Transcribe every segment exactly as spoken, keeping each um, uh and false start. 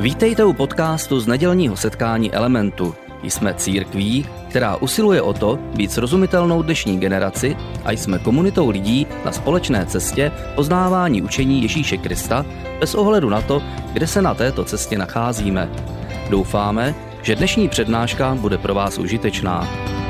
Vítejte u podcastu z nedělního setkání Elementu. Jsme církví, která usiluje o to být srozumitelnou dnešní generaci a jsme komunitou lidí na společné cestě poznávání učení Ježíše Krista bez ohledu na to, kde se na této cestě nacházíme. Doufáme, že dnešní přednáška bude pro vás užitečná.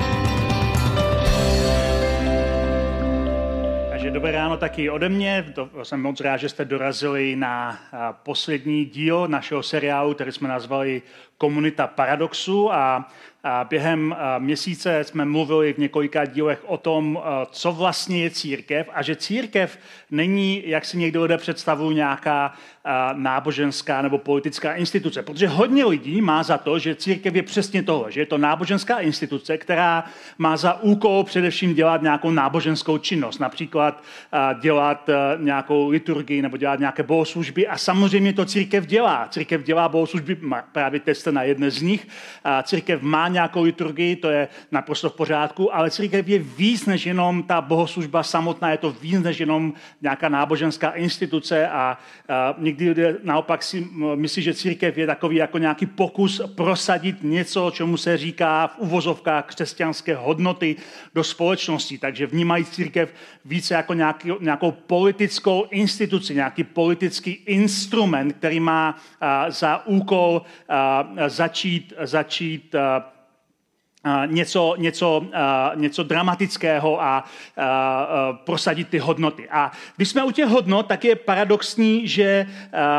Dobré ráno taky ode mě. Jsem moc rád, že jste dorazili na poslední díl našeho seriálu, který jsme nazvali Komunita paradoxu. A během měsíce jsme mluvili v několika dílech o tom, co vlastně je církev a že církev není, jak si někdo lidé představují, nějaká náboženská nebo politická instituce. Protože hodně lidí má za to, že církev je přesně tohle, že je to náboženská instituce, která má za úkol především dělat nějakou náboženskou činnost, například dělat nějakou liturgii nebo dělat nějaké bohoslužby a samozřejmě to církev dělá. Církev dělá bohoslužby, právě teď jste na jedné z nich. Církev má nějakou liturgii, to je naprosto v pořádku, ale církev je víc než jenom ta bohoslužba samotná, je to víc než jenom nějaká náboženská instituce a, a někdy lidé naopak si myslí, že církev je takový jako nějaký pokus prosadit něco, čemu se říká v uvozovkách křesťanské hodnoty do společnosti. Takže vnímají církev více jako nějaký, nějakou politickou instituci, nějaký politický instrument, který má a, za úkol a, začít, začít a, Uh, něco, něco, uh, něco dramatického a uh, uh, prosadit ty hodnoty. A když jsme u těch hodnot, tak je paradoxní, že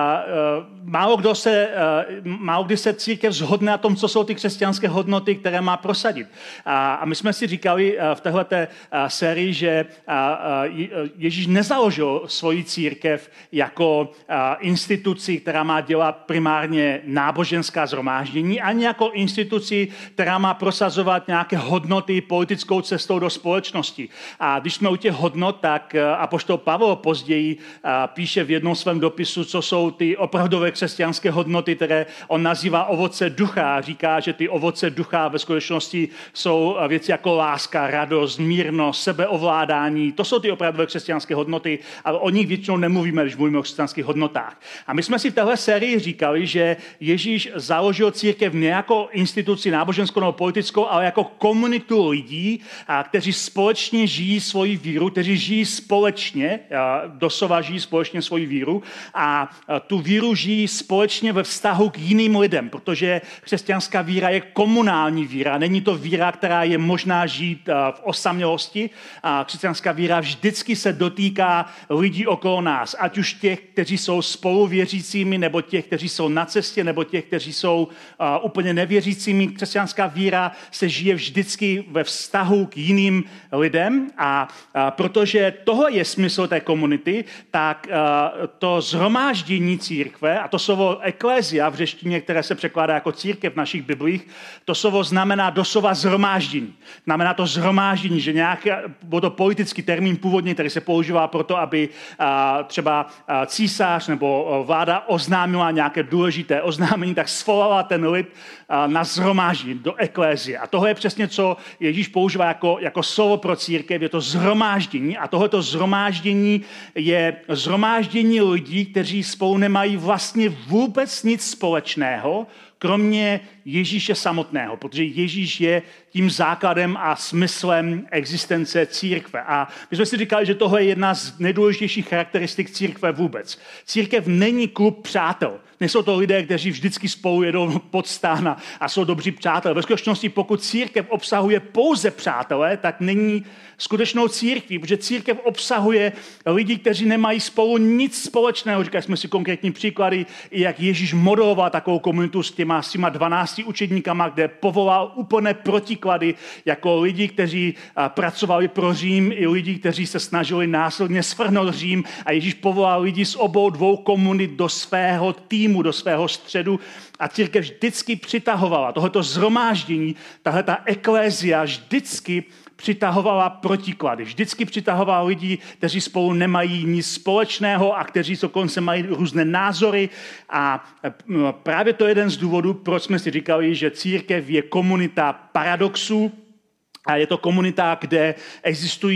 uh, uh, málo, kdo se, uh, málo kdy se církev shodne na tom, co jsou ty křesťanské hodnoty, které má prosadit. A, a my jsme si říkali uh, v téhleté uh, sérii, že uh, uh, Ježíš nezaložil svoji církev jako uh, instituci, která má dělat primárně náboženská shromáždění, ani jako instituci, která má prosazovat nějaké hodnoty politickou cestou do společnosti. A když jsme u těch hodnot, tak apoštol Pavel později píše v jednom svém dopisu, co jsou ty opravdové křesťanské hodnoty, které on nazývá ovoce ducha. Říká, že ty ovoce ducha ve skutečnosti jsou věci jako láska, radost, mírnost, sebeovládání. To jsou ty opravdové křesťanské hodnoty, ale o nich většinou nemluvíme, když mluvíme o křesťanských hodnotách. A my jsme si v téhle sérii říkali, že Ježíš založil církev ne jako instituci náboženskou nebo politickou, ale jako komunitu lidí, kteří společně žijí svoji víru, kteří žijí společně, doslova žijí společně svoji víru a tu víru žijí společně ve vztahu k jiným lidem, protože křesťanská víra je komunální víra. Není to víra, která je možná žít v osamělosti. Křesťanská víra vždycky se dotýká lidí okolo nás, ať už těch, kteří jsou spoluvěřícími, nebo těch, kteří jsou na cestě, nebo těch, kteří jsou úplně nevěřícími. Křesťanská víra se žije vždycky ve vztahu k jiným lidem a, a protože tohle je smysl té komunity, tak a, to shromáždění církve, a to slovo eklézia v řeštině, které se překládá jako církev v našich biblích, to slovo znamená doslova shromáždění. Znamená to shromáždění, že nějaký, byl to politický termín původně, který se používá proto, aby a, třeba a, císař nebo vláda oznámila nějaké důležité oznámení, tak svolala ten lid a, na shromáždění do eklézie. A tohle je přesně, co Ježíš používá jako, jako slovo pro církev, je to shromáždění a tohleto shromáždění je shromáždění lidí, kteří spolu nemají vlastně vůbec nic společného, kromě Ježíše samotného, protože Ježíš je tím základem a smyslem existence církve. A my jsme si říkali, že tohle je jedna z nejdůležitějších charakteristik církve vůbec. Církev není klub přátel. Nejsou to lidé, kteří vždycky spolu jedou pod stán a jsou dobří přátelé. Ve skutečnosti, pokud církev obsahuje pouze přátelé, tak není skutečnou církví, protože církev obsahuje lidi, kteří nemají spolu nic společného. Říkali jsme si konkrétní příklady, i jak Ježíš modeloval takovou komunitu s těma, s těma dvanácti učedníkama, kde povolal úplné protiklady jako lidi, kteří pracovali pro Řím, i lidi, kteří se snažili následně svrhnout Řím a Ježíš povolal lidi z obou dvou komunit do svého týmu, do svého středu a církev vždycky přitahovala. Tohleto shromáždění, tahleta eklézia vždycky přitahovala protiklady. Vždycky přitahovala lidi, kteří spolu nemají nic společného a kteří dokonce mají různé názory. A právě to je jeden z důvodů, proč jsme si říkali, že církev je komunita paradoxů a je to komunita, kde existují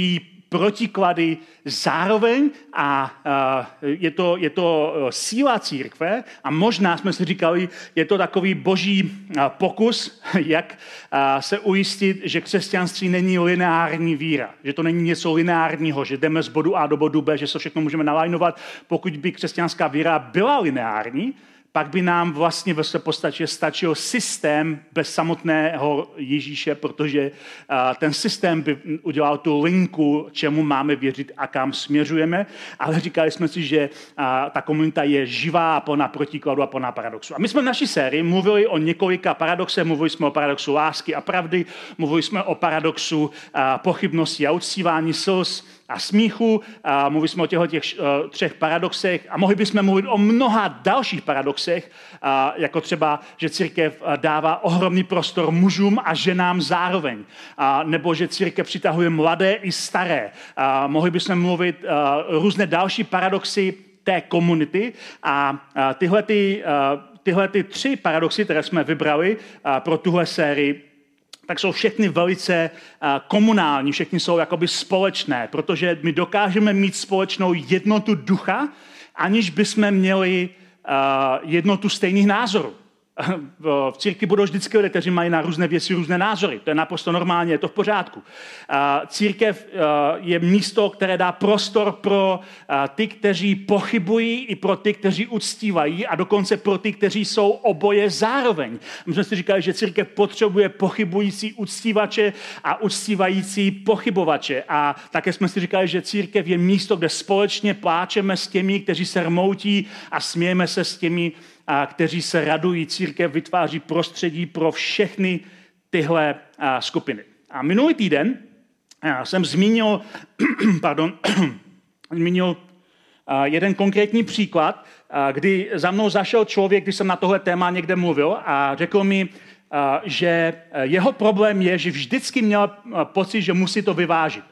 protiklady zároveň a je to, je to síla církve a možná jsme si říkali, je to takový boží pokus, jak se ujistit, že křesťanství není lineární víra, že to není něco lineárního, že jdeme z bodu A do bodu B, že se všechno můžeme nalajnovat. Pokud by křesťanská víra byla lineární, pak by nám vlastně ve své podstatě stačil systém bez samotného Ježíše, protože uh, ten systém by udělal tu linku, čemu máme věřit a kam směřujeme. Ale říkali jsme si, že uh, ta komunita je živá a plná protikladu a plná paradoxu. A my jsme v naší sérii mluvili o několika paradoxech, mluvili jsme o paradoxu lásky a pravdy, mluvili jsme o paradoxu uh, pochybnosti a uctívání, slz a smíchu, a mluvili jsme o těchto těch uh, třech paradoxech a mohli bychom mluvit o mnoha dalších paradoxech, uh, jako třeba, že církev uh, dává ohromný prostor mužům a ženám zároveň, uh, nebo že církev přitahuje mladé i staré. Uh, mohli bychom mluvit uh, různé další paradoxy té komunity a uh, tyhle, ty, uh, tyhle ty tři paradoxy, které jsme vybrali uh, pro tuhle sérii, tak jsou všechny velice uh, komunální, všechny jsou jakoby společné, protože my dokážeme mít společnou jednotu ducha, aniž bychom měli uh, jednotu stejných názorů. V církvi budou vždycky lidé, kteří mají na různé věci různé názory. To je naprosto normálně, je to v pořádku. Církev je místo, které dá prostor pro ty, kteří pochybují, i pro ty, kteří uctívají a dokonce pro ty, kteří jsou oboje zároveň. My jsme si říkali, že církev potřebuje pochybující uctívače a uctívající pochybovače. A také jsme si říkali, že církev je místo, kde společně pláčeme s těmi, kteří se rmoutí a smějeme se s těmi, a kteří se radují. Církev vytváří prostředí pro všechny tyhle a, skupiny. A minulý týden já jsem zmínil, pardon, zmínil a, jeden konkrétní příklad, a, kdy za mnou zašel člověk, když jsem na tohle téma někde mluvil a řekl mi, a, že jeho problém je, že vždycky měl pocit, že musí to vyvážit.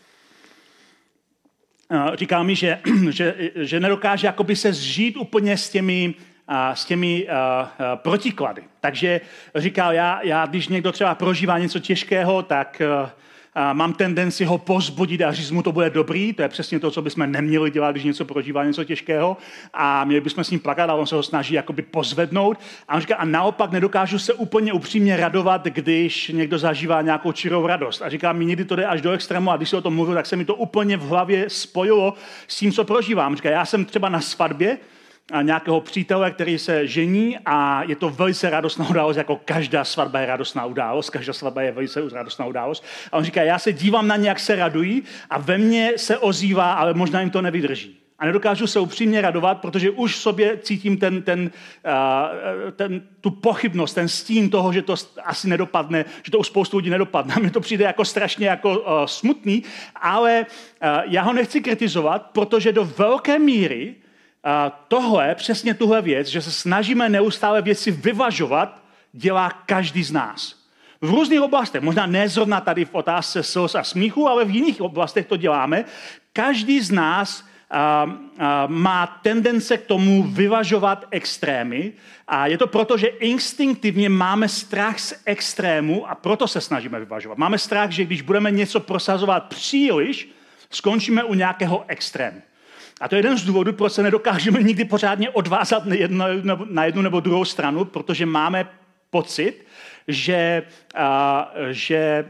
A, říká mi, že, že, že nedokáže jakoby se zžít úplně s těmi A s těmi uh, uh, protiklady. Takže říkal, já, já, když někdo třeba prožívá něco těžkého, tak uh, uh, mám tendenci ho povzbudit a říct mu, to bude dobrý. To je přesně to, co bychom neměli dělat, když něco prožívá něco těžkého. A měli bychom s ním plakat a on se ho snaží jakoby pozvednout. A on říká, a naopak nedokážu se úplně upřímně radovat, když někdo zažívá nějakou čirou radost. A říká mi, někdy to jde až do extrému a když se o tom mluvil, tak se mi to úplně v hlavě spojilo s tím, co prožívám. Říká, já jsem třeba na svatbě a nějakého přítele, který se žení a je to velice radostná událost, jako každá svatba je radostná událost, každá svatba je velice radostná událost. A on říká, já se dívám na ně, jak se radují a ve mně se ozývá, ale možná jim to nevydrží. A nedokážu se upřímně radovat, protože už v sobě cítím ten, ten, uh, ten, tu pochybnost, ten stín toho, že to asi nedopadne, že to u spoustu lidí nedopadne. Mně to přijde jako strašně jako, uh, smutný, ale uh, já ho nechci kritizovat, protože do velké míry tohle, přesně tuhle věc, že se snažíme neustále věci vyvažovat, dělá každý z nás. V různých oblastech, možná ne zrovna tady v otázce slz a smíchu, ale v jiných oblastech to děláme. Každý z nás a, a, má tendence k tomu vyvažovat extrémy a je to proto, že instinktivně máme strach z extrému a proto se snažíme vyvažovat. Máme strach, že když budeme něco prosazovat příliš, skončíme u nějakého extrému. A to je jeden z důvodů, proč se nedokážeme nikdy pořádně odvázat na jednu, na jednu nebo druhou stranu, protože máme pocit, že, a, že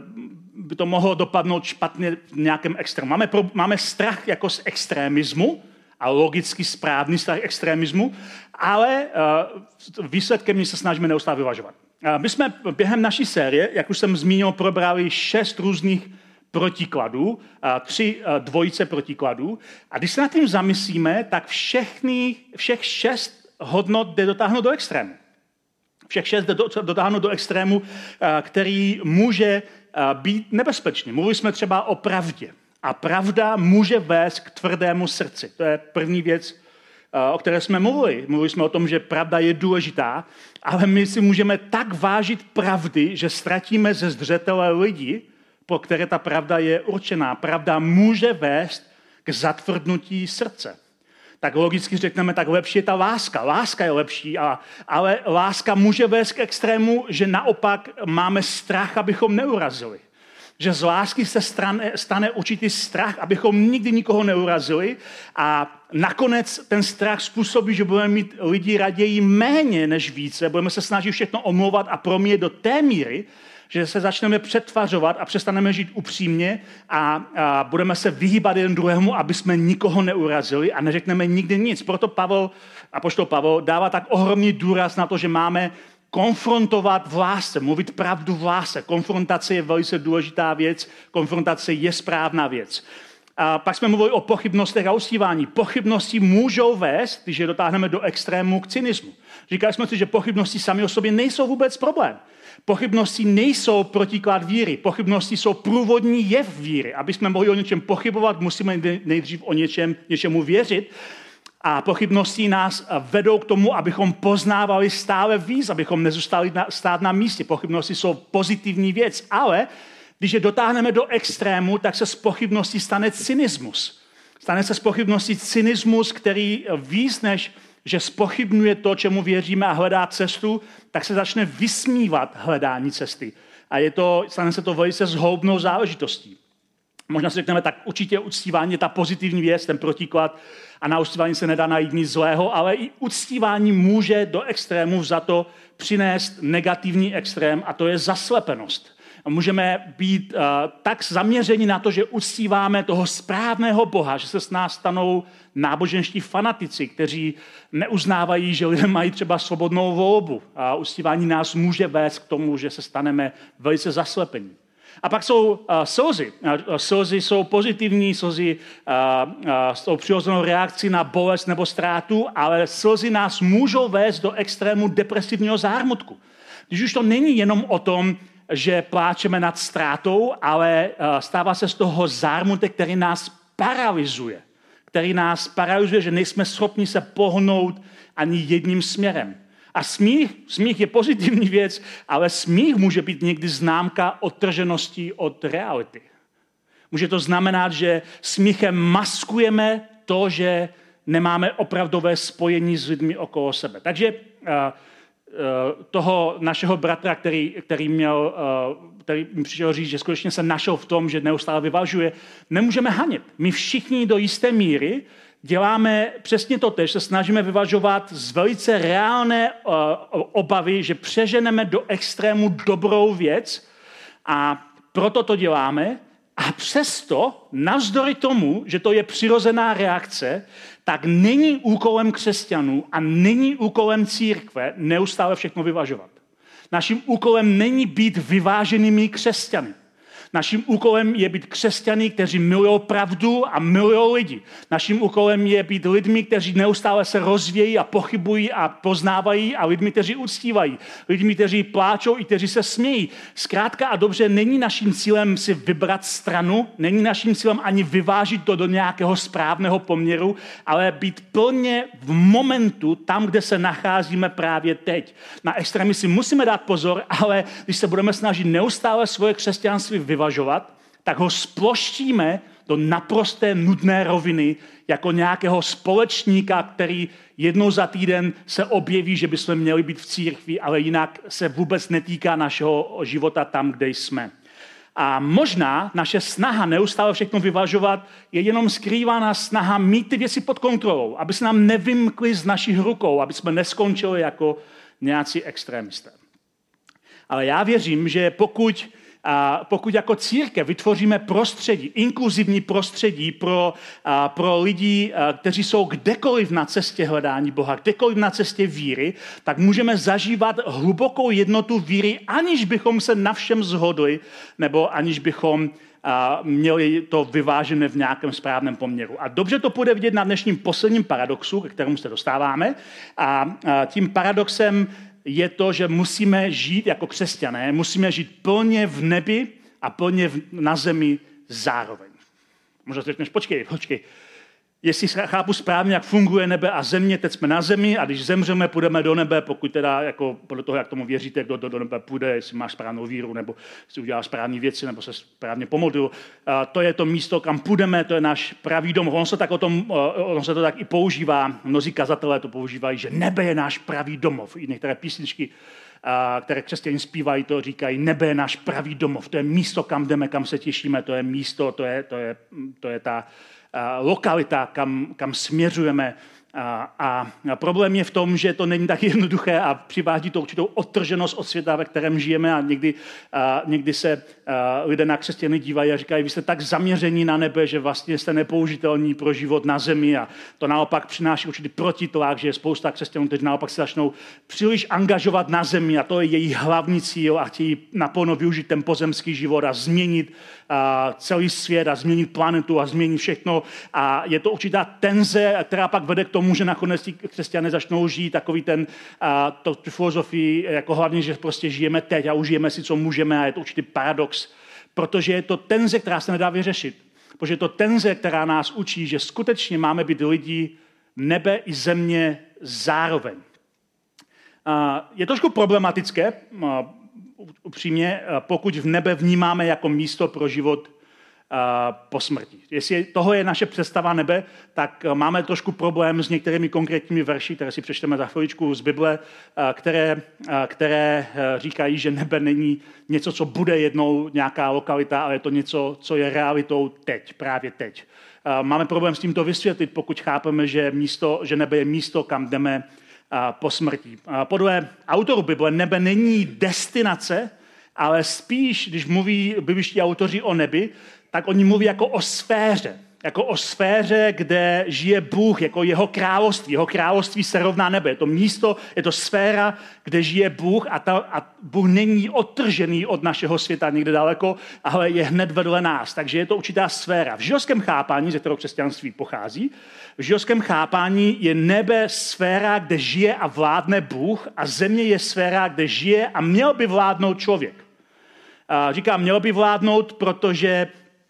by to mohlo dopadnout špatně v nějakém extrému. Máme, pro, máme strach jako z extrémismu a logicky správný strach extrémismu, ale a, výsledkem se snažíme neustále vyvažovat. A my jsme během naší série, jak už jsem zmínil, probrali šest různých protikladů, tři dvojice protikladů. A když se nad tím zamyslíme, tak všechny, všech šest hodnot jde dotáhnout do extrému. Všech šest jde dotáhnout do extrému, který může být nebezpečný. Mluvili jsme třeba o pravdě. A pravda může vést k tvrdému srdci. To je první věc, o které jsme mluvili. Mluvili jsme o tom, že pravda je důležitá, ale my si můžeme tak vážit pravdy, že ztratíme ze zřetele lidi, pro které ta pravda je určená. Pravda může vést k zatvrdnutí srdce. Tak logicky řekneme, tak lepší je ta láska. Láska je lepší, a, ale láska může vést k extrému, že naopak máme strach, abychom neurazili. že z lásky se stane, stane určitý strach, abychom nikdy nikoho neurazili a nakonec ten strach způsobí, že budeme mít lidi raději méně než více, budeme se snažit všechno omlouvat a proměnit do té míry, že se začneme přetvařovat a přestaneme žít upřímně a, a budeme se vyhýbat jeden druhému, aby jsme nikoho neurazili a neřekneme nikdy nic. Proto Pavel, apoštol Pavel dává tak ohromný důraz na to, že máme konfrontovat v lásce, mluvit pravdu v lásce. Konfrontace je velice důležitá věc, konfrontace je správná věc. A pak jsme mluvili o pochybnostech a uctívání. Pochybnosti můžou vést, když je dotáhneme do extrému, k cynismu. Říkali jsme si, že pochybnosti sami o sobě nejsou vůbec problém. Pochybnosti nejsou protiklad víry. Pochybnosti jsou průvodní jev víry. Aby jsme mohli o něčem pochybovat, musíme nejdřív o něčem, něčemu věřit. A pochybnosti nás vedou k tomu, abychom poznávali stále víc, abychom nezůstali na, stát na místě. Pochybnosti jsou pozitivní věc, ale když je dotáhneme do extrému, tak se z pochybností stane cynismus. Stane se z pochybností cynismus, který víc než že zpochybňuje to, čemu věříme a hledá cestu, tak se začne vysmívat hledání cesty. A je to, stane se to velice zhoubnou záležitostí. Možná si řekneme, tak určitě uctívání je ta pozitivní věc, ten protiklad a na uctívání se nedá najít nic zlého, ale i uctívání může do extrému za to přinést negativní extrém a to je zaslepenost. A můžeme být uh, tak zaměřeni na to, že uctíváme toho správného Boha, že se s nás stanou náboženští fanatici, kteří neuznávají, že lidé mají třeba svobodnou volbu. A uctívání nás může vést k tomu, že se staneme velice zaslepení. A pak jsou uh, slzy. Uh, slzy jsou pozitivní, slzy uh, uh, jsou přirozenou reakcí na bolest nebo ztrátu, ale slzy nás můžou vést do extrému depresivního zármutku. Když už to není jenom o tom, že pláčeme nad ztrátou, ale uh, stává se z toho zármutek, který nás paralyzuje. Který nás paralyzuje, že nejsme schopni se pohnout ani jedním směrem. A smích, smích je pozitivní věc, ale smích může být někdy známka odtrženosti od reality. Může to znamenat, že smíchem maskujeme to, že nemáme opravdové spojení s lidmi okolo sebe. Takže uh, uh, toho našeho bratra, který, který, měl, uh, který mi přišel říct, že skutečně se našel v tom, že neustále vyvažuje, nemůžeme hanit. My všichni do jisté míry děláme přesně to tež, se snažíme vyvažovat z velice reálné uh, obavy, že přeženeme do extrému dobrou věc a proto to děláme a přesto, navzdory tomu, že to je přirozená reakce, tak není úkolem křesťanů a není úkolem církve neustále všechno vyvažovat. Naším úkolem není být vyváženými křesťany. Naším úkolem je být křesťany, kteří milují pravdu a milují lidi. Naším úkolem je být lidmi, kteří neustále se rozvíjí a pochybují a poznávají a lidmi, kteří uctívají. Lidmi, kteří pláčou i kteří se smějí. Zkrátka a dobře, není naším cílem si vybrat stranu, není naším cílem ani vyvážit to do nějakého správného poměru, ale být plně v momentu tam, kde se nacházíme právě teď. Na extrémy si musíme dát pozor, ale když se budeme snažit neustále svoje křesťanství vyvážit, tak ho sploštíme do naprosté nudné roviny jako nějakého společníka, který jednou za týden se objeví, že bychom měli být v církvi, ale jinak se vůbec netýká našeho života tam, kde jsme. A možná naše snaha neustále všechno vyvažovat je jenom skrývaná snaha mít ty věci pod kontrolou, aby se nám nevymkly z našich rukou, aby jsme neskončili jako nějací extrémisté. Ale já věřím, že pokud A pokud jako církev vytvoříme prostředí, inkluzivní prostředí pro, a, pro lidi, a, kteří jsou kdekoliv na cestě hledání Boha, kdekoliv na cestě víry, tak můžeme zažívat hlubokou jednotu víry, aniž bychom se na všem shodli, nebo aniž bychom a, měli to vyvážené v nějakém správném poměru. A dobře to půjde vidět na dnešním posledním paradoxu, ke kterému se dostáváme. A, a tím paradoxem je to, že musíme žít jako křesťané, musíme žít plně v nebi a plně v, na zemi zároveň. Možná si řekneš, počkej, počkej, jestli chápu správně, jak funguje nebe a země, teď jsme na zemi a když zemřeme, půjdeme do nebe, pokud teda, jako podle toho, jak tomu věříte, kdo do, do nebe půjde, jestli máš správnou víru, nebo si udělal správné věci, nebo se správně pomodlil. A to je to místo, kam půjdeme, to je náš pravý dom. Ono se, tak o tom, ono se to tak i používá, mnozí kazatelé to používají, že nebe je náš pravý domov. I některé písničky které křesťané zpívají, to říkají, nebe je náš pravý domov, to je místo, kam jdeme, kam se těšíme, to je místo, to je, to je, to je ta lokalita, kam, kam směřujeme. A, a problém je v tom, že to není tak jednoduché a přivádí to určitou odtrženost od světa, ve kterém žijeme a někdy, a někdy se a lidé na křesťany dívají a říkají, vy jste tak zaměření na nebe, že vlastně jste nepoužitelní pro život na zemi a to naopak přináší určitý protitlak, že je spousta křesťanů, kteří naopak se začnou příliš angažovat na zemi a to je jejich hlavní cíl a chtějí naplno využít ten pozemský život a změnit a celý svět a změnit planetu a změnit všechno a je to určitá tenze, která pak vede k tomu, že nakonec ti křesťané začnou žít takový ten, a, to, tu filozofii, jako hlavně, že prostě žijeme teď a užijeme si, co můžeme a je to určitý paradox, protože je to tenze, která se nedá vyřešit. Protože je to tenze, která nás učí, že skutečně máme být lidi nebe i země zároveň. A, je trošku problematické, a, upřímně, pokud v nebe vnímáme jako místo pro život po smrti. Jestli toho je naše představa nebe, tak máme trošku problém s některými konkrétními verši, které si přečteme za chviličku z Bible, které, které říkají, že nebe není něco, co bude jednou nějaká lokalita, ale je to něco, co je realitou teď, právě teď. Máme problém s tím to vysvětlit, pokud chápeme, že, místo, že nebe je místo, kam jdeme po smrti. Podle autorů Bible nebe není destinace, ale spíš, když mluví bibličtí autoři o nebi, tak oni mluví jako o sféře. Jako o sféře, kde žije Bůh, jako jeho království. Jeho království se rovná nebe. Je to místo, je to sféra, kde žije Bůh a, ta, a Bůh není odtržený od našeho světa někde daleko, ale je hned vedle nás. Takže je to určitá sféra. V židovském chápání, ze kterého křesťanství pochází, v židovském chápání je nebe sféra, kde žije a vládne Bůh a země je sféra, kde žije a měl by vládnout člověk. A říkám, měl by vládnout, protože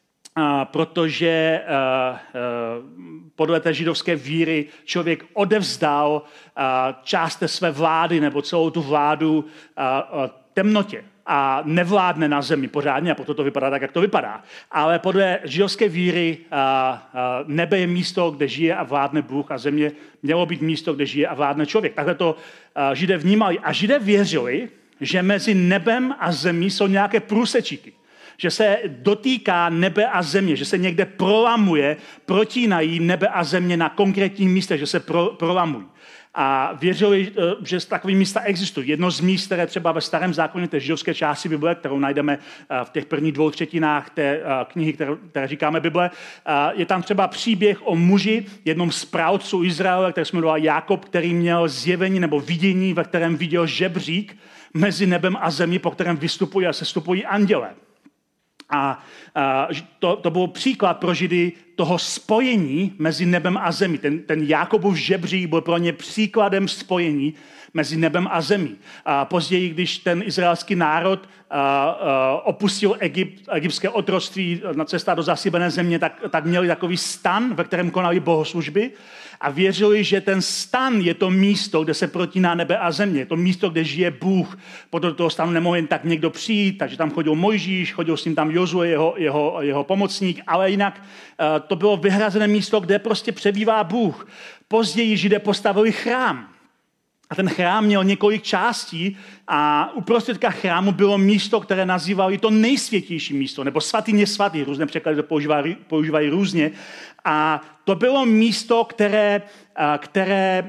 A protože uh, uh, podle té židovské víry člověk odevzdal uh, část té své vlády nebo celou tu vládu uh, uh, temnotě a nevládne na zemi pořádně a proto to vypadá tak, jak to vypadá. Ale podle židovské víry uh, uh, nebe je místo, kde žije a vládne Bůh a země mělo být místo, kde žije a vládne člověk. Takhle to uh, Židé vnímali. A Židé věřili, že mezi nebem a zemí jsou nějaké průsečíky. Že se dotýká nebe a země, že se někde prolamuje, protínají nebe a země na konkrétních místech, že se pro, prolamují. A věřili, že takové místa existují. Jedno z míst, které třeba ve Starém zákoně, té židovské části Bible, kterou najdeme v těch prvních dvou třetinách té knihy, které, které říkáme Bible, je tam třeba příběh o muži, jednom z správců Izraele, který se jmenoval Jákob, který měl zjevení nebo vidění, ve kterém viděl žebřík mezi nebem a zemí, po kterém vystupují a sestupují andělé. A, a to, to byl příklad pro Židy toho spojení mezi nebem a zemí. Ten, ten Jákobův žebřík byl pro ně příkladem spojení mezi nebem a zemí. A později, když ten izraelský národ a, a, opustil Egypt, egyptské otroctví na cesta do zaslíbené země, tak, tak měli takový stan, ve kterém konali bohoslužby a věřili, že ten stan je to místo, kde se protíná nebe a země. Je to místo, kde žije Bůh. Podle toho stanu nemohl jen tak někdo přijít, takže tam chodil Mojžíš, chodil s ním tam Jozue, jeho, jeho, jeho pomocník, ale jinak uh, to bylo vyhrazené místo, kde prostě přebývá Bůh. Později Židé postavili chrám. A ten chrám měl několik částí a uprostředka chrámu bylo místo, které nazývali to nejsvětější místo, nebo svatyně svatých, různé překlady to používají, používají různě. A to bylo místo, které, které,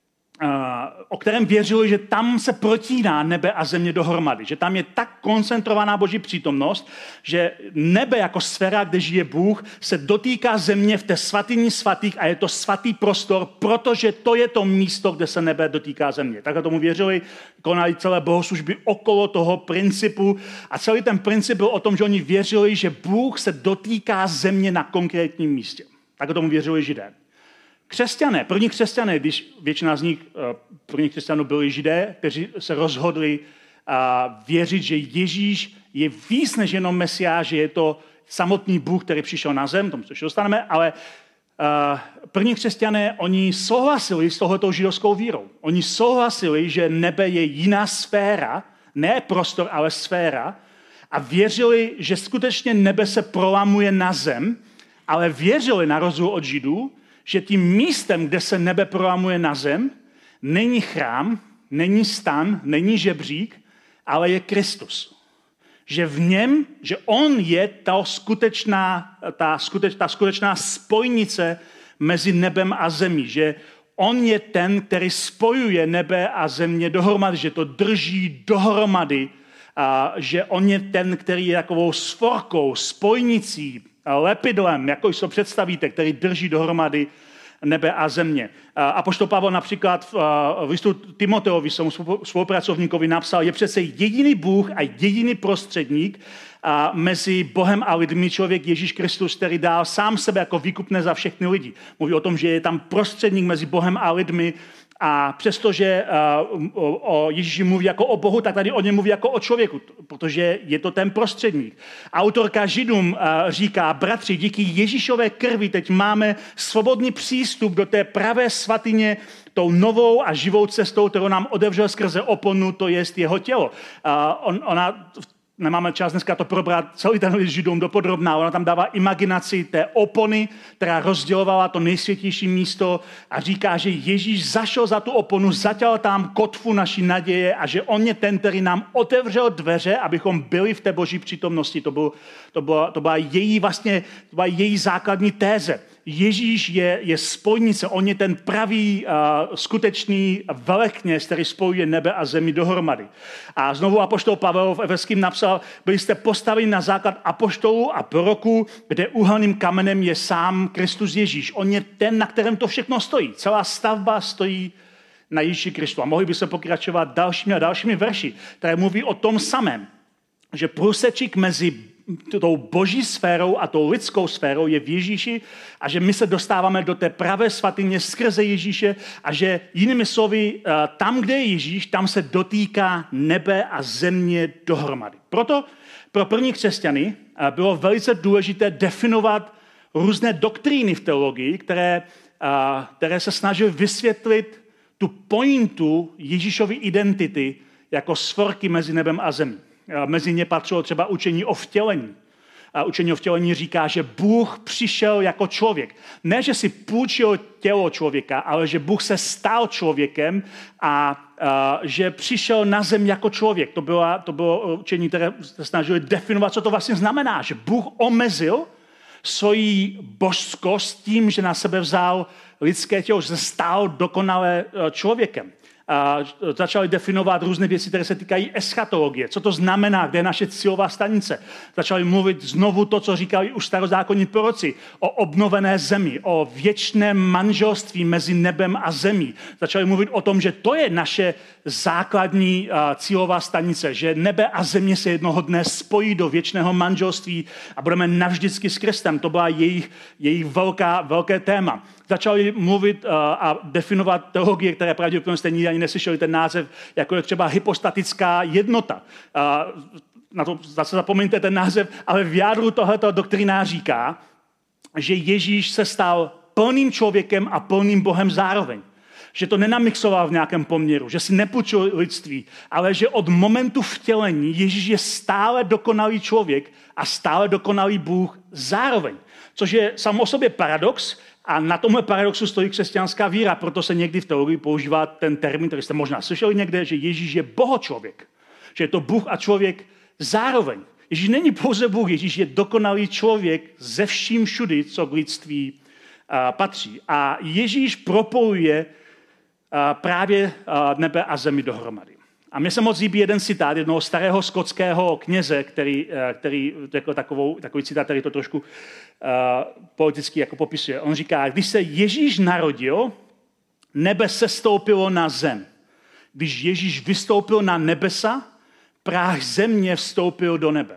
o kterém věřili, že tam se protíná nebe a země dohromady, že tam je tak koncentrovaná Boží přítomnost, že nebe jako sféra, kde žije Bůh, se dotýká země v té svatyni svatých a je to svatý prostor, protože to je to místo, kde se nebe dotýká země. Takhle tomu věřili, konali celé bohoslužby okolo toho principu a celý ten princip byl o tom, že oni věřili, že Bůh se dotýká země na konkrétním místě. Takhle tomu věřili Židé. Křesťané, první křesťané, když většina z nich, první křesťanů byli Židé, kteří se rozhodli věřit, že Ježíš je víc než jenom Mesiáš, že je to samotný Bůh, který přišel na zem, tomu se ještě dostaneme, ale první křesťané, oni souhlasili s tohletou židovskou vírou. Oni souhlasili, že nebe je jiná sféra, ne prostor, ale sféra a věřili, že skutečně nebe se prolamuje na zem, ale věřili na rozdíl od Židů, že tím místem, kde se nebe prolamuje na zem, není chrám, není stan, není žebřík, ale je Kristus. Že v něm, že on je ta skutečná, ta, skuteč, ta skutečná spojnice mezi nebem a zemí. Že on je ten, který spojuje nebe a země dohromady, že to drží dohromady. A že on je ten, který je takovou svorkou, spojnicí, lepidlem, jako si to představíte, který drží dohromady nebe a země. Apoštol Pavel například v listu Timoteovi, svému spolupracovníkovi, napsal, je přece jediný Bůh a jediný prostředník mezi Bohem a lidmi, člověk Ježíš Kristus, který dal sám sebe jako výkupné za všechny lidi. Mluví o tom, že je tam prostředník mezi Bohem a lidmi, a přestože uh, o, o Ježíši mluví jako o Bohu, tak tady o něm mluví jako o člověku, protože je to ten prostředník. Autorka Židům uh, říká, bratři, díky Ježíšové krvi teď máme svobodný přístup do té pravé svatyně tou novou a živou cestou, kterou nám otevřel skrze oponu, to jest jeho tělo. Uh, on, ona... Nemáme čas dneska to probrat celý ten list Židům dopodrobná. Ona tam dává imaginaci té opony, která rozdělovala to nejsvětější místo a říká, že Ježíš zašel za tu oponu, zatěl tam kotvu naší naděje a že on je ten, který nám otevřel dveře, abychom byli v té boží přítomnosti. To, byl, to, byla, to byla její vlastně, to byla její základní téze. Ježíš je, je spojnice, on je ten pravý, uh, skutečný velekněz, který spojuje nebe a zemi dohromady. A znovu apoštol Pavel v Efeským napsal, byli jste postaveni na základ apoštolů a proroků, kde úhelným kamenem je sám Kristus Ježíš. On je ten, na kterém to všechno stojí. Celá stavba stojí na Ježíši Kristu. A mohli by se pokračovat dalšími a dalšími verši, které mluví o tom samém, že průsečík mezi tou boží sférou a tou lidskou sférou je v Ježíši a že my se dostáváme do té pravé svatyně skrze Ježíše a že jinými slovy, tam, kde je Ježíš, tam se dotýká nebe a země dohromady. Proto pro první křesťany bylo velice důležité definovat různé doktríny v teologii, které, které se snažily vysvětlit tu pointu Ježíšovy identity jako svorky mezi nebem a zemí. Mezi ně patřilo třeba učení o vtělení. A učení o vtělení říká, že Bůh přišel jako člověk. Ne, že si půjčil tělo člověka, ale že Bůh se stal člověkem a, a že přišel na zem jako člověk. To bylo, to bylo učení, které se snažili definovat, co to vlastně znamená. Že Bůh omezil svoji božskost tím, že na sebe vzal lidské tělo, že se stal dokonale člověkem. A začali definovat různé věci, které se týkají eschatologie. Co to znamená, kde je naše cílová stanice. Začali mluvit znovu to, co říkali už starozákonní proroci, o obnovené zemi, o věčném manželství mezi nebem a zemí. Začali mluvit o tom, že to je naše základní cílová stanice, že nebe a země se jednoho dne spojí do věčného manželství a budeme navždycky s Kristem. To byla jejich, jejich velká, velké téma. Začali mluvit uh, a definovat teologie, které pravděpodobně jste nikdy ani neslyšeli ten název, jako je třeba hypostatická jednota. Uh, na to zase zapomeňte ten název, ale v jádru tohleto doktrína říká, že Ježíš se stal plným člověkem a plným Bohem zároveň. Že to nenamixoval v nějakém poměru, že si nepůjčil lidství, ale že od momentu vtělení Ježíš je stále dokonalý člověk a stále dokonalý Bůh zároveň. Což je sám o sobě paradox, a na tomhle paradoxu stojí křesťanská víra, proto se někdy v teologii používá ten termín, který jste možná slyšeli někde, že Ježíš je bohočlověk, že je to Bůh a člověk zároveň. Ježíš není pouze Bůh, Ježíš je dokonalý člověk ze vším všudy, co k lidství uh, patří. A Ježíš propojuje uh, právě uh, nebe a zemi dohromady. A mně se moc líbí jeden citát jednoho starého skotského kněze, který, který jako takovou, takový citát, který to trošku uh, politicky jako popisuje. On říká, když se Ježíš narodil, nebe sestoupilo na zem. Když Ježíš vystoupil na nebesa, práh země vstoupil do nebe.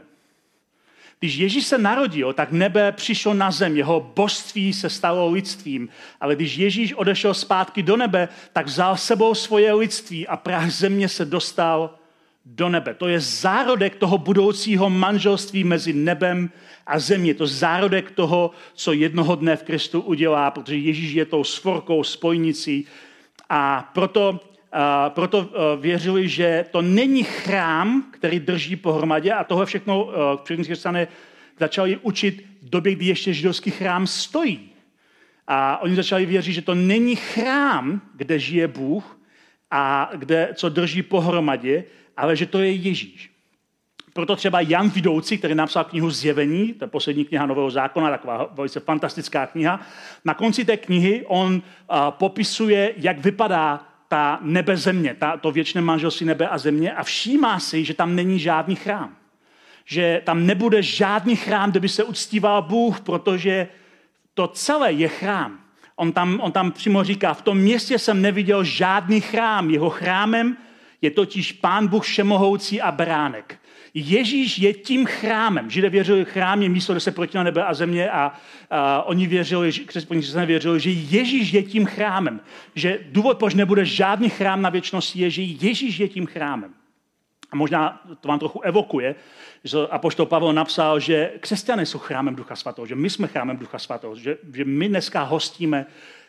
Když Ježíš se narodil, tak nebe přišlo na zem, jeho božství se stalo lidstvím. Ale když Ježíš odešel zpátky do nebe, tak vzal sebou svoje lidství a prach země se dostal do nebe. To je zárodek toho budoucího manželství mezi nebem a zemí. Je to zárodek toho, co jednoho dne v Kristu udělá, protože Ježíš je tou svorkou, spojnicí. A proto Uh, proto uh, věřili, že to není chrám, který drží pohromadě a tohle všechno uh, přední křesťané začali učit v době, kdy ještě židovský chrám stojí. A oni začali věřit, že to není chrám, kde žije Bůh, a kde, co drží pohromadě, ale že to je Ježíš. Proto třeba Jan Vidoucí, který napsal knihu Zjevení, to je poslední kniha Nového zákona, taková velice fantastická kniha, na konci té knihy on uh, popisuje, jak vypadá ta nebe země, ta, to věčné manželství nebe a země a všímá si, že tam není žádný chrám. Že tam nebude žádný chrám, kde by se uctíval Bůh, protože to celé je chrám. On tam, on tam přímo říká, v tom městě jsem neviděl žádný chrám. Jeho chrámem je totiž Pán Bůh všemohoucí a beránek. Ježíš je tím chrámem. Židé věřili, chrám je místo, kde se protíná nebe a země a, a oni věřili, křesťané věřili, že Ježíš je tím chrámem. Že důvod, proč nebude žádný chrám na věčnosti, je, že Ježíš je tím chrámem. A možná to vám trochu evokuje, že apoštol Pavel napsal, že křesťané jsou chrámem Ducha Svatého, že my jsme chrámem Ducha Svatého, že, že my dneska hostíme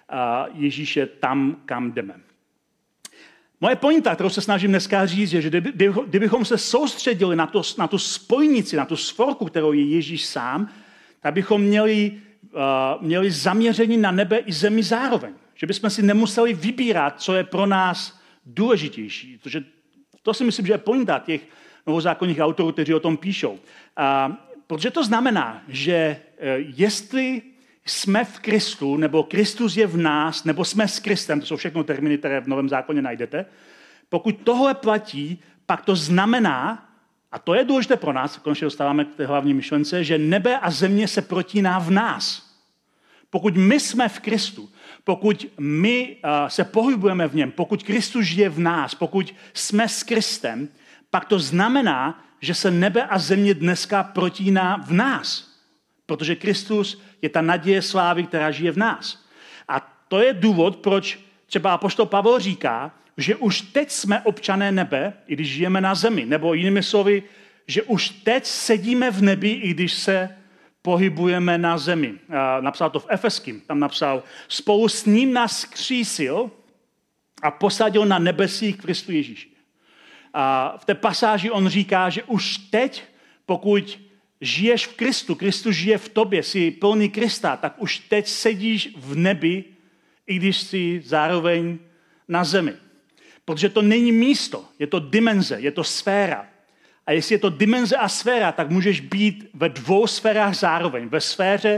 Ježíše tam, kam jdeme. Moje pointa, kterou se snažím dneska říct, je, že kdybychom se soustředili na, to, na tu spojnici, na tu svorku, kterou je Ježíš sám, tak bychom měli, uh, měli zaměření na nebe i zemi zároveň. Že bychom si nemuseli vybírat, co je pro nás důležitější. Protože to si myslím, že je pointa těch novozákonních autorů, kteří o tom píšou. Uh, protože to znamená, že uh, jestli jsme v Kristu, nebo Kristus je v nás, nebo jsme s Kristem, to jsou všechno termíny, které v Novém zákoně najdete. Pokud tohle platí, pak to znamená, a to je důležité pro nás, konečně dostáváme k té hlavní myšlence, že nebe a země se protíná v nás. Pokud my jsme v Kristu, pokud my uh, se pohybujeme v něm, pokud Kristus žije v nás, pokud jsme s Kristem, pak to znamená, že se nebe a země dneska protíná v nás. Protože Kristus je ta naděje slávy, která žije v nás. A to je důvod, proč třeba apoštol Pavel říká, že už teď jsme občané nebe, i když žijeme na zemi. Nebo jinými slovy, že už teď sedíme v nebi, i když se pohybujeme na zemi. A napsal to v Efeským. Tam napsal, spolu s ním nás skřísil a posadil na nebesích Kristu Ježíši. A v té pasáži on říká, že už teď, pokud žiješ v Kristu, Kristus žije v tobě, jsi plný Krista, tak už teď sedíš v nebi, i když jsi zároveň na zemi. Protože to není místo, je to dimenze, je to sféra. A jestli je to dimenze a sféra, tak můžeš být ve dvou sférách zároveň. Ve sféře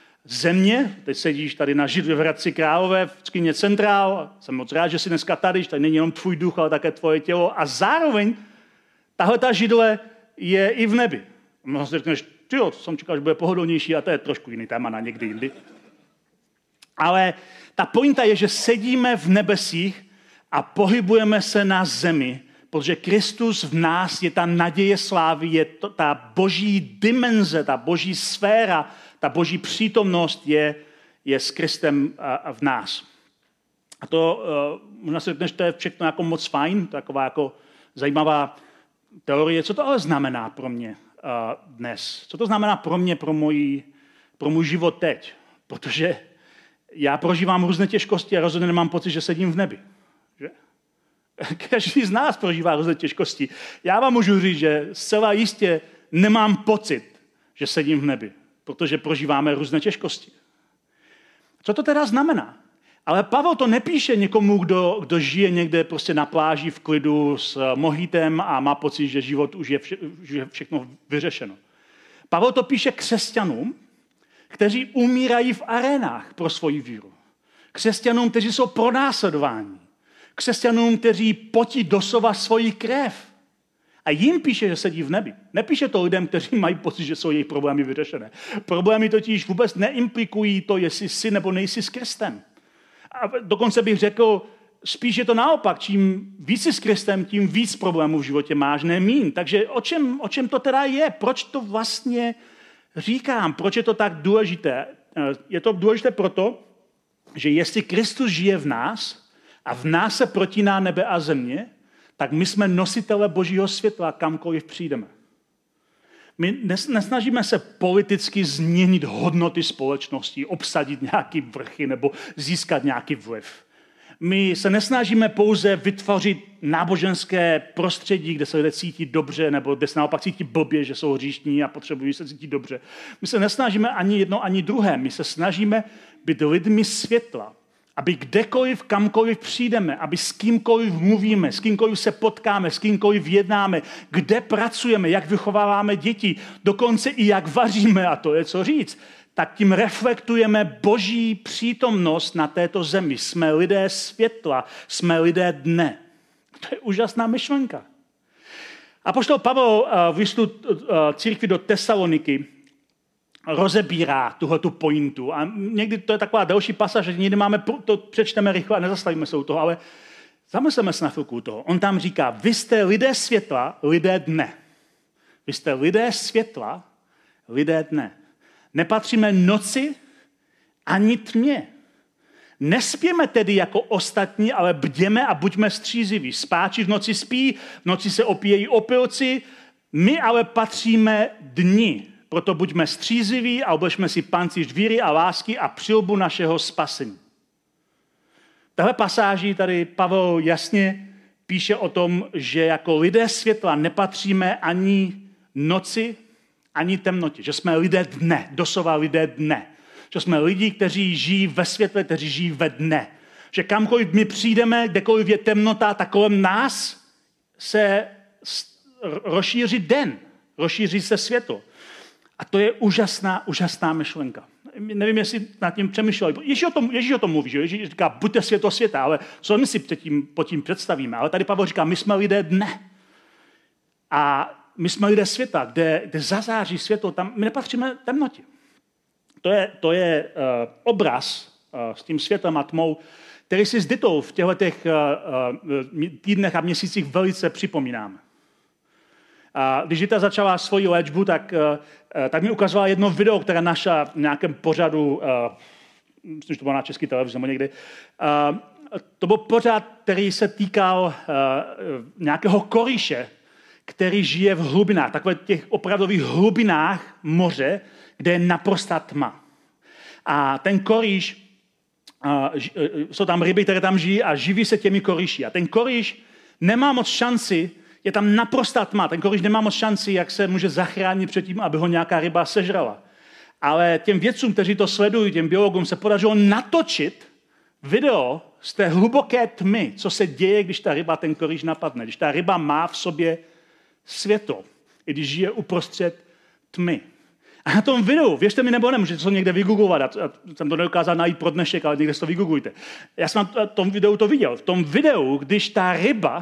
země, teď sedíš tady na židli v Hradci Králové, v Skině Centrál, jsem moc rád, že jsi dneska tady, že tady není jenom tvůj duch, ale také tvoje tělo. A zároveň tahle ta židle je i v nebi. Možná si řekneš, tyjo, jsem čekal, že bude pohodlnější a to je trošku jiný téma na někdy jindy. Ale ta pointa je, že sedíme v nebesích a pohybujeme se na zemi, protože Kristus v nás je ta naděje slávy, je to, ta boží dimenze, ta boží sféra, ta boží přítomnost je, je s Kristem v nás. A to, možná si řekneš, to je všechno jako moc fajn, taková jako zajímavá teorie. Co to ale znamená pro mě dnes? Co to znamená pro mě, pro, moji, pro můj život teď? Protože já prožívám různé těžkosti a rozhodně nemám pocit, že sedím v nebi. Že? Každý z nás prožívá různé těžkosti. Já vám můžu říct, že zcela jistě nemám pocit, že sedím v nebi, protože prožíváme různé těžkosti. Co to teda znamená? Ale Pavel to nepíše někomu, kdo, kdo žije někde prostě na pláži v klidu s mohitem a má pocit, že život už je, vše, že je všechno vyřešeno. Pavel to píše křesťanům, kteří umírají v arénách pro svoji víru. Křesťanům, kteří jsou pronásledováni. Křesťanům, kteří potí doslova svoji krev. A jim píše, že sedí v nebi. Nepíše to lidem, kteří mají pocit, že jsou jejich problémy vyřešené. Problémy totiž vůbec neimplikují to, jestli jsi nebo nejsi s Kristem. A dokonce bych řekl, spíš je to naopak. Čím víc jsi s Kristem, tím víc problémů v životě máš, ne míň. Takže o čem, o čem to teda je? Proč to vlastně říkám? Proč je to tak důležité? Je to důležité proto, že jestli Kristus žije v nás a v nás se protíná nebe a země, tak my jsme nositele božího světla, kamkoliv přijdeme. My nesnažíme se politicky změnit hodnoty společnosti, obsadit nějaký vrchy nebo získat nějaký vliv. My se nesnažíme pouze vytvořit náboženské prostředí, kde se lidé cítí dobře, nebo kde se naopak cítí blbě, že jsou hříšní a potřebují se cítit dobře. My se nesnažíme ani jedno, ani druhé. My se snažíme být lidmi světla Aby kdekoliv, kamkoliv přijdeme, aby s kýmkoliv mluvíme, s kýmkoliv se potkáme, s kýmkoliv jednáme, kde pracujeme, jak vychováváme děti, dokonce i jak vaříme, a to je co říct, tak tím reflektujeme Boží přítomnost na této zemi. Jsme lidé světla, jsme lidé dne. To je úžasná myšlenka. Apoštol Pavel v listu církvi do Tesaloniky rozebírá tuhletu pointu. A někdy to je taková další pasáž, že někdy máme, to přečteme rychle a nezastavíme se u toho, ale zamysleme se na chvilku toho. On tam říká, vy jste lidé světla, lidé dne. Vy jste lidé světla, lidé dne. Nepatříme noci ani tmě. Nespěme tedy jako ostatní, ale bděme a buďme stříziví. Spáči v noci spí, v noci se opíjejí opilci, my ale patříme dni. Proto buďme stříziví a oblečme si pancíř víry a lásky a přilbu našeho spasení. Tahle pasáži tady Pavel jasně píše o tom, že jako lidé světla nepatříme ani noci, ani temnotě. Že jsme lidé dne, doslova lidé dne. Že jsme lidi, kteří žijí ve světle, kteří žijí ve dne. Že kamkoliv my přijdeme, kdekoliv je temnota, tak kolem nás se rozšíří den, rozšíří se světlo. A to je úžasná, úžasná myšlenka. Nevím, jestli nad tím přemýšleli. Ježíš o tom, Ježíš o tom mluví, že? Ježíš říká, buďte světlo světa, ale co my si tím, pod tím představíme? Ale tady Pavel říká, my jsme lidé dne. A my jsme lidé světa, kde, kde zazáří světlo, tam my nepatříme temnotě. To je, to je uh, obraz uh, s tím světlem a tmou, který si s Ditou v těchto těch, uh, uh, týdnech a měsících velice připomínáme. A když Dita začala svoji léčbu, tak, uh, tak mi ukazovala jedno video, které našla v nějakém pořadu, uh, myslím, že to bylo na České televizi nebo někdy. Uh, to byl pořad, který se týkal uh, nějakého koryše, který žije v hlubinách, takových těch opravdových hlubinách moře, kde je naprostá tma. A ten koryš, uh, jsou tam ryby, které tam žijí a živí se těmi koryši. A ten koryš nemá moc šanci, je tam naprostá tma, ten koryš nemá moc šanci, jak se může zachránit před tím, aby ho nějaká ryba sežrala. Ale těm vědcům, kteří to sledují, těm biologům, se podařilo natočit video z té hluboké tmy, co se děje, když ta ryba ten koryš napadne. Když ta ryba má v sobě světlo, i když žije uprostřed tmy. A na tom videu, věřte mi nebo ne, můžete to někde vygooglovat, já jsem to nedokázal najít pro dnešek, ale někde si to vygooglujte. Já jsem na tom videu to viděl. V tom videu, když ta ryba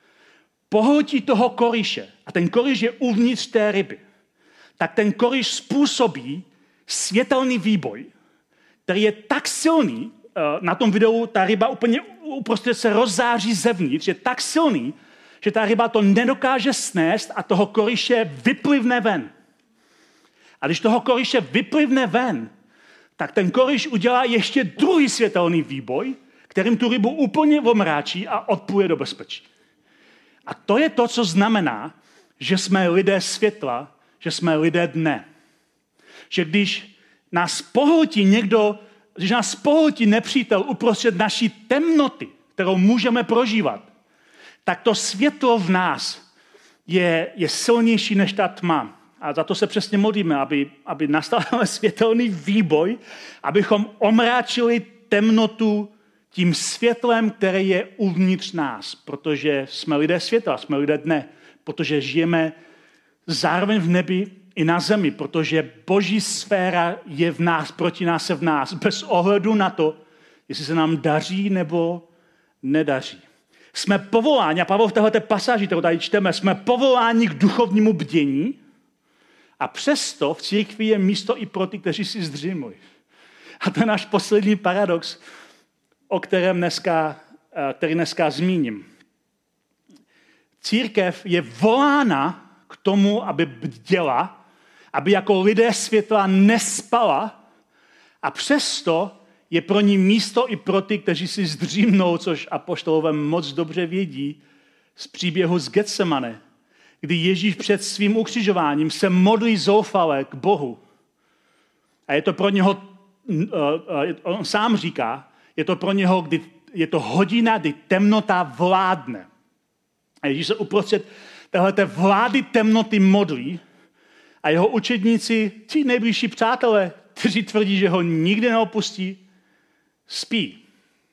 pohltí toho koryše a ten koryš je uvnitř té ryby, tak ten koryš způsobí světelný výboj, který je tak silný, na tom videu ta ryba úplně uprostřed se rozzáří zevnitř, je tak silný, že ta ryba to nedokáže snést a toho koryše vyplivne ven. A když toho koryše vyplivne ven, tak ten koryš udělá ještě druhý světelný výboj, kterým tu rybu úplně omráčí a odpluje do bezpečí. A to je to, co znamená, že jsme lidé světla, že jsme lidé dne. Že když nás pohltí někdo, když nás pohltí nepřítel uprostřed naší temnoty, kterou můžeme prožívat, tak to světlo v nás je, je silnější než ta tma. A za to se přesně modlíme, aby, aby nastal světelný výboj, abychom omráčili temnotu tím světlem, které je uvnitř nás, protože jsme lidé světla, jsme lidé dne, protože žijeme zároveň v nebi i na zemi, protože Boží sféra je v nás, proti nás je v nás, bez ohledu na to, jestli se nám daří nebo nedaří. Jsme povoláni, a Pavel v této pasáži, kterou tady čteme, jsme povoláni k duchovnímu bdění a přesto v církvi je místo i pro ty, kteří si zdřímli. A to je náš poslední paradox, o kterém dneska, který dneska zmíním. Církev je volána k tomu, aby bděla, aby jako lidé světla nespala a přesto je pro ní místo i pro ty, kteří si zdřímnou, což apoštolové moc dobře vědí z příběhu z Getsemane, kdy Ježíš před svým ukřižováním se modlí zoufale k Bohu. A je to pro něho, on sám říká, je to pro něho, kdy je to hodina, kdy temnota vládne. A Ježíš se uprostřed téhleté vlády temnoty modlí a jeho učedníci, ti nejbližší přátelé, kteří tvrdí, že ho nikdy neopustí, spí.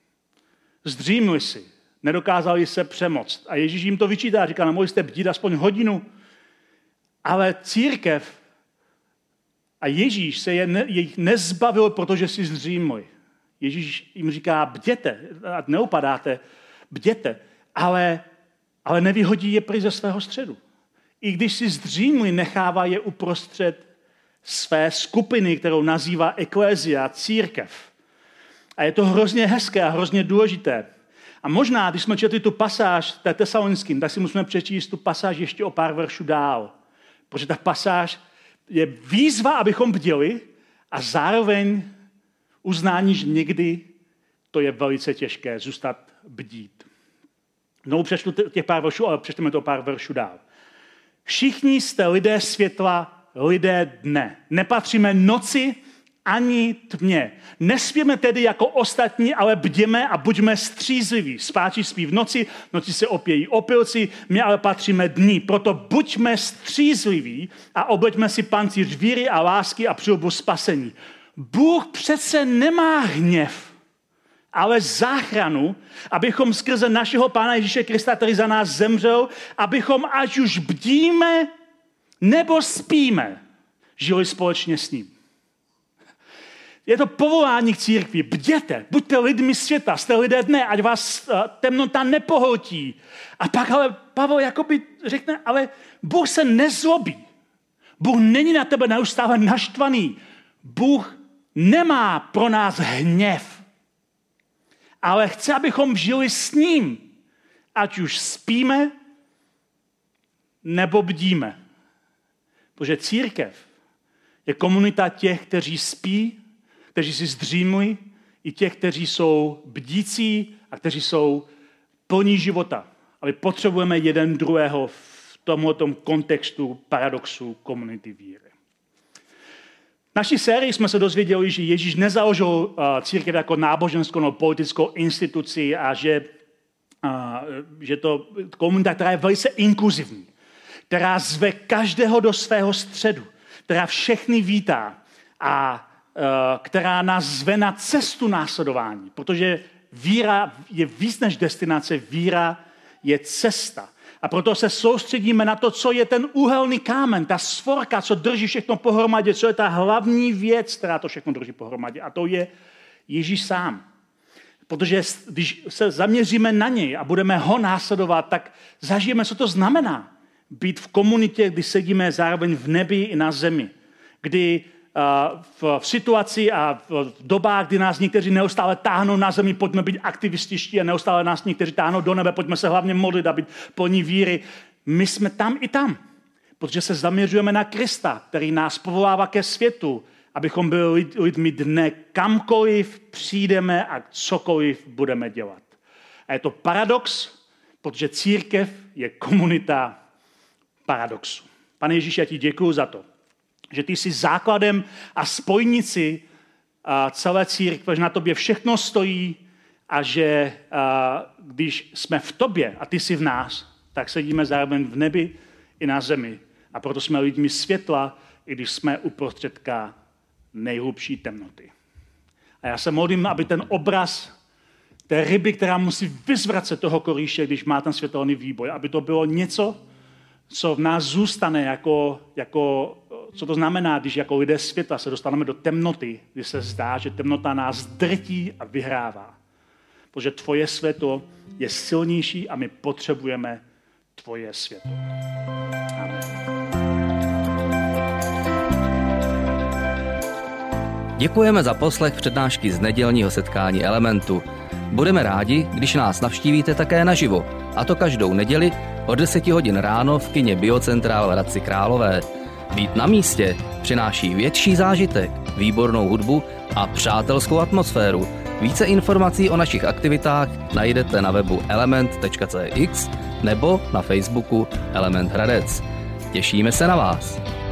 zdřímli si, nedokázali se přemoct. A Ježíš jim to vyčítá, říká, no mohli jste bdít aspoň hodinu. Ale církev a Ježíš se je ne, jich nezbavil, protože si zdřímli. Ježíš jim říká, bděte, ať neupadáte, bděte, ale, ale nevyhodí je pryč ze svého středu. I když si zdřímli, nechává je uprostřed své skupiny, kterou nazývá eklézia, církev. A je to hrozně hezké a hrozně důležité. A možná, když jsme četli tu pasáž té Tesalonickým, tak si musíme přečíst tu pasáž ještě o pár veršů dál. Protože ta pasáž je výzva, abychom bděli a zároveň uznání, že někdy to je velice těžké zůstat bdít. No, přečtu těch pár veršů, ale přečteme to pár veršů dál. Všichni jste lidé světla, lidé dne. Nepatříme noci ani tmě. Nespíme tedy jako ostatní, ale bděme a buďme střízliví. Spáči spí v noci, v noci se opějí opilci, my ale patříme dní. Proto buďme střízliví a obleďme si pancíř víry a lásky a přilbu spasení. Bůh přece nemá hněv, ale záchranu, abychom skrze našeho Pána Ježíše Krista, který za nás zemřel, abychom ať už bdíme nebo spíme, žili společně s ním. Je to povolání k církvi. Bděte, buďte lidmi světa, jste lidé dne, ať vás temnota nepohltí. A pak ale Pavel jakoby řekne, ale Bůh se nezlobí. Bůh není na tebe neustále naštvaný. Bůh nemá pro nás hněv. Ale chce, abychom žili s ním. Ať už spíme, nebo bdíme. Protože církev je komunita těch, kteří spí, kteří si zdřímli, i těch, kteří jsou bdící a kteří jsou plní života. Ale potřebujeme jeden druhého v tomto kontextu paradoxu komunity víry. V naší sérii jsme se dozvěděli, že Ježíš nezaložil církev jako náboženskou nebo politickou instituci a že, a, že to komunita, která je velice inkluzivní, která zve každého do svého středu, která všechny vítá a která nás zve na cestu následování, protože víra je víc než destinace, víra je cesta. A proto se soustředíme na to, co je ten úhelný kámen, ta svorka, co drží všechno pohromadě, co je ta hlavní věc, která to všechno drží pohromadě. A to je Ježíš sám. Protože když se zaměříme na něj a budeme ho následovat, tak zažijeme, co to znamená být v komunitě, kdy sedíme zároveň v nebi i na zemi. Kdy v situaci a v dobách, kdy nás někteří neustále táhnou na zemi, pojďme být aktivističtí a neustále nás někteří táhnou do nebe, pojďme se hlavně modlit a být plní víry. My jsme tam i tam, protože se zaměřujeme na Krista, který nás povolává ke světu, abychom byli lidmi dne, kamkoliv přijdeme a cokoliv budeme dělat. A je to paradox, protože církev je komunita paradoxu. Pane Ježíši, já ti děkuju za to, že ty jsi základem a spojnici celé církve, že na tobě všechno stojí a že když jsme v tobě a ty jsi v nás, tak sedíme zároveň v nebi i na zemi. A proto jsme lidmi světla, i když jsme uprostředka nejhlubší temnoty. A já se modlím, aby ten obraz té ryby, která musí vyzvracet toho korýše, když má ten světelný výboj, aby to bylo něco, co v nás zůstane jako, jako co to znamená, když jako lidé světla se dostaneme do temnoty, kdy se zdá, že temnota nás drtí a vyhrává. Protože tvoje světlo je silnější a my potřebujeme tvoje světlo. Amen. Děkujeme za poslech přednášky z nedělního setkání Elementu. Budeme rádi, když nás navštívíte také naživo, a to každou neděli od deseti hodin ráno v kině Biocentrál v Hradci Králové. Být na místě přináší větší zážitek, výbornou hudbu a přátelskou atmosféru. Více informací o našich aktivitách najdete na webu element tečka cé x nebo na Facebooku Element Hradec. Těšíme se na vás.